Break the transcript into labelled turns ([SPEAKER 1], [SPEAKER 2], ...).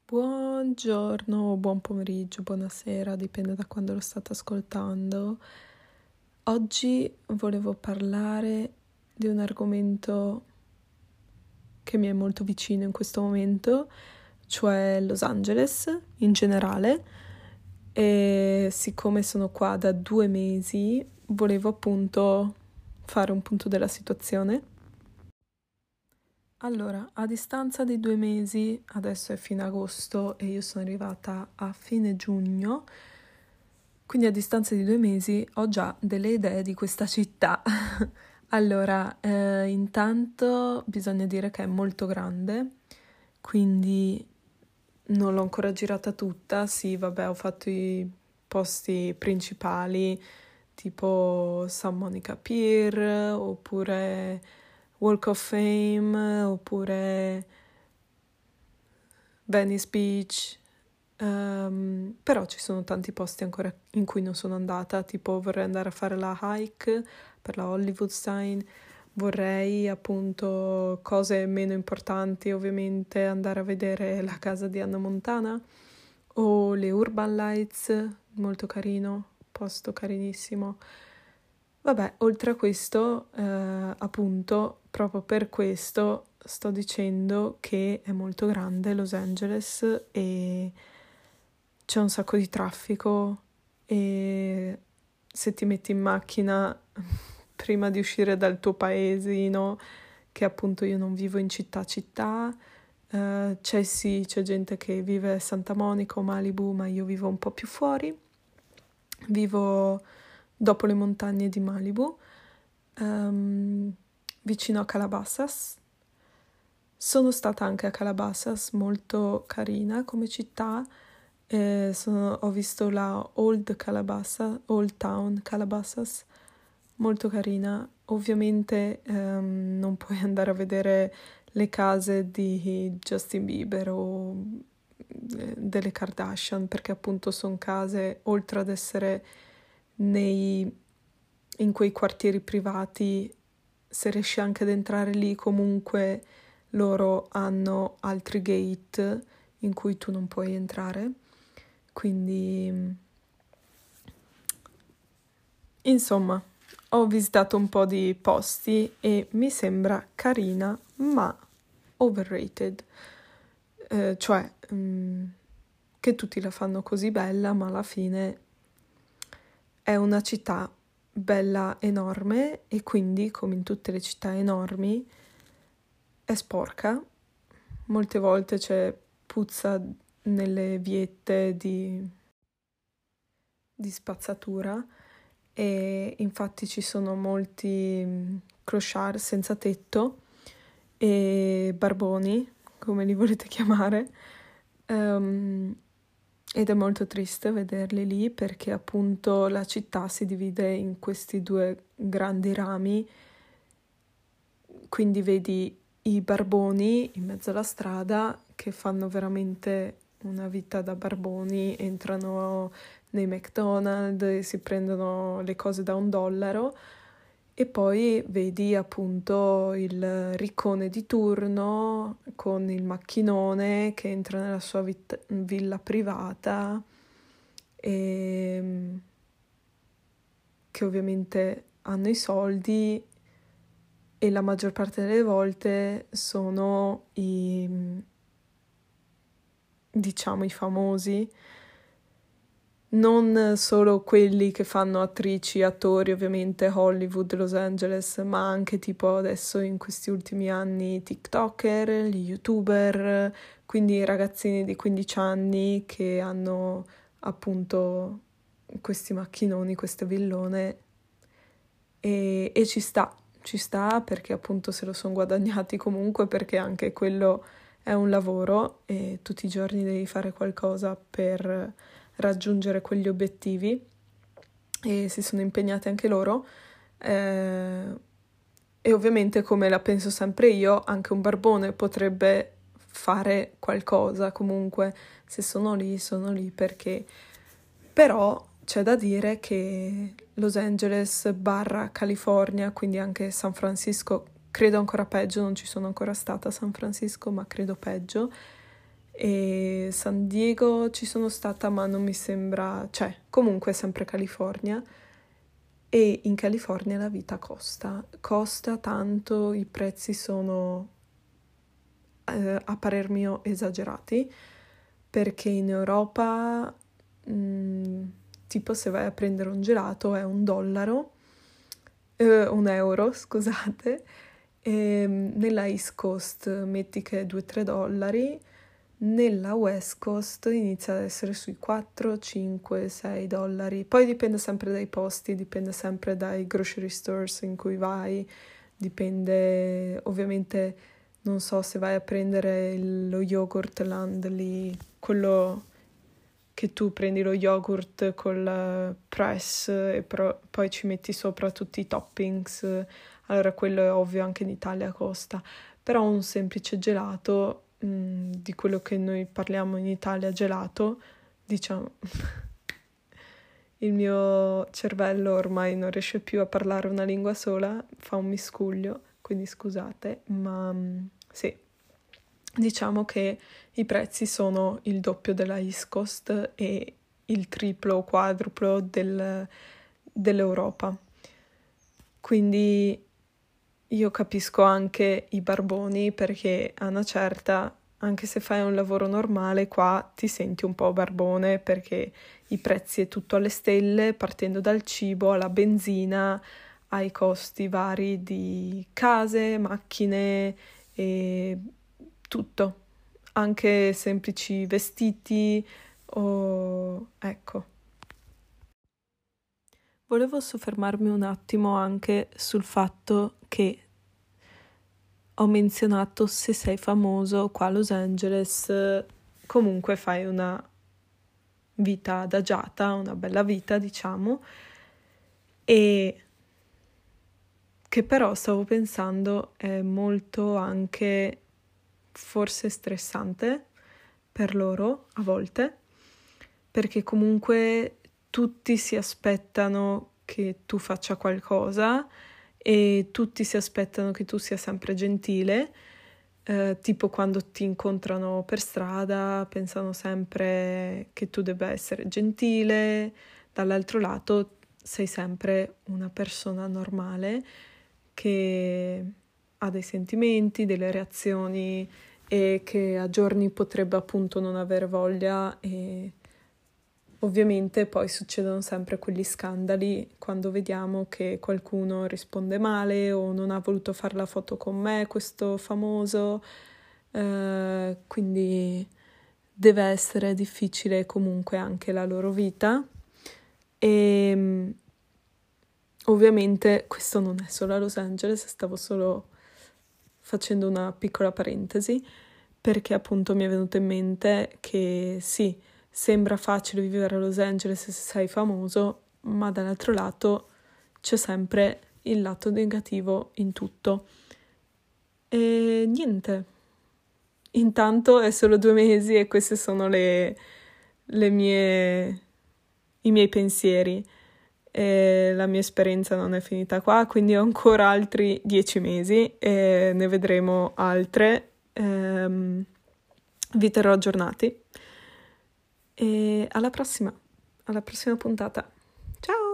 [SPEAKER 1] Buongiorno, buon pomeriggio, buonasera, dipende da quando lo state ascoltando. Oggi volevo parlare di un argomento che mi è molto vicino in questo momento, cioè Los Angeles in generale. E siccome sono qua da 2 mesi, volevo appunto fare un punto della situazione. Allora, a distanza di 2 mesi, adesso è fine agosto e io sono arrivata a fine giugno, quindi a distanza di 2 mesi ho già delle idee di questa città. Allora, intanto bisogna dire che è molto grande, quindi non l'ho ancora girata tutta. Sì, vabbè, ho fatto i posti principali, tipo San Monica Pier, oppure Walk of Fame, oppure Venice Beach, però ci sono tanti posti ancora in cui non sono andata, tipo vorrei andare a fare la hike per la Hollywood Sign, vorrei appunto cose meno importanti, ovviamente andare a vedere la casa di Hannah Montana o le Urban Lights, molto carino, posto carinissimo. Vabbè, oltre a questo, appunto, proprio per questo sto dicendo che è molto grande Los Angeles e c'è un sacco di traffico e se ti metti in macchina prima di uscire dal tuo paesino, che appunto io non vivo in città, c'è gente che vive a Santa Monica o Malibu, ma io vivo un po' più fuori, vivo dopo le montagne di Malibu, vicino a Calabasas. Sono stata anche a Calabasas, molto carina come città. Ho visto la Old Town Calabasas, molto carina. Ovviamente non puoi andare a vedere le case di Justin Bieber o delle Kardashian, perché appunto sono case, oltre ad essere in quei quartieri privati, se riesci anche ad entrare lì, comunque loro hanno altri gate in cui tu non puoi entrare. Quindi, insomma, ho visitato un po' di posti e mi sembra carina, ma overrated. Cioè, che tutti la fanno così bella, ma alla fine è una città bella, enorme, e quindi, come in tutte le città enormi, è sporca. Molte volte c'è puzza nelle viette di spazzatura e infatti ci sono molti clochard senza tetto e barboni, come li volete chiamare, ed è molto triste vederli lì perché appunto la città si divide in questi 2 grandi rami, quindi vedi i barboni in mezzo alla strada che fanno veramente una vita da barboni, entrano nei McDonald's e si prendono le cose da $1, e poi vedi appunto il riccone di turno con il macchinone che entra nella sua villa privata e che ovviamente hanno i soldi, e la maggior parte delle volte sono diciamo, i famosi, non solo quelli che fanno attrici, attori, ovviamente Hollywood, Los Angeles, ma anche tipo adesso in questi ultimi anni TikToker, gli YouTuber, quindi i ragazzini di 15 anni che hanno appunto questi macchinoni, queste villone, e ci sta perché appunto se lo sono guadagnati comunque, perché anche quello è un lavoro e tutti i giorni devi fare qualcosa per raggiungere quegli obiettivi, e si sono impegnati anche loro, e ovviamente, come la penso sempre io, anche un barbone potrebbe fare qualcosa comunque. Se sono lì perché però c'è da dire che Los Angeles / California, quindi anche San Francisco, credo ancora peggio, non ci sono ancora stata a San Francisco, ma credo peggio, E San Diego ci sono stata, ma non mi sembra, cioè comunque è sempre California. E in California la vita costa tanto, i prezzi sono a parer mio esagerati, perché in Europa tipo se vai a prendere un gelato è €1, scusate, e nella East Coast metti che è 2-3 dollari, nella West Coast inizia ad essere sui 4, 5, 6 dollari. Poi dipende sempre dai posti, dipende sempre dai grocery stores in cui vai, dipende ovviamente, non so, se vai a prendere lo yogurt land lì, quello che tu prendi lo yogurt col press e poi ci metti sopra tutti i toppings, allora quello è ovvio anche in Italia costa, però un semplice gelato, di quello che noi parliamo in Italia gelato, diciamo, il mio cervello ormai non riesce più a parlare una lingua sola, fa un miscuglio, quindi scusate, ma sì, diciamo che i prezzi sono il doppio della East Coast e il triplo o quadruplo dell'Europa. Quindi io capisco anche i barboni, perché a una certa, anche se fai un lavoro normale, qua ti senti un po' barbone perché i prezzi è tutto alle stelle, partendo dal cibo alla benzina, ai costi vari di case, macchine e tutto, anche semplici vestiti o ecco. Volevo soffermarmi un attimo anche sul fatto che ho menzionato se sei famoso qua a Los Angeles, comunque fai una vita adagiata, una bella vita, diciamo, e che però stavo pensando è molto anche forse stressante per loro a volte, perché comunque tutti si aspettano che tu faccia qualcosa e tutti si aspettano che tu sia sempre gentile, tipo quando ti incontrano per strada pensano sempre che tu debba essere gentile, dall'altro lato sei sempre una persona normale che ha dei sentimenti, delle reazioni e che a giorni potrebbe appunto non avere voglia, e ovviamente poi succedono sempre quegli scandali quando vediamo che qualcuno risponde male o non ha voluto fare la foto con me, questo famoso, quindi deve essere difficile comunque anche la loro vita. E ovviamente questo non è solo a Los Angeles, stavo solo facendo una piccola parentesi, perché appunto mi è venuto in mente che sì, sembra facile vivere a Los Angeles se sei famoso, ma dall'altro lato c'è sempre il lato negativo in tutto. E niente, intanto è solo 2 mesi e queste sono i miei pensieri. E la mia esperienza non è finita qua, quindi ho ancora altri 10 mesi e ne vedremo altre. Vi terrò aggiornati e alla prossima puntata. Ciao!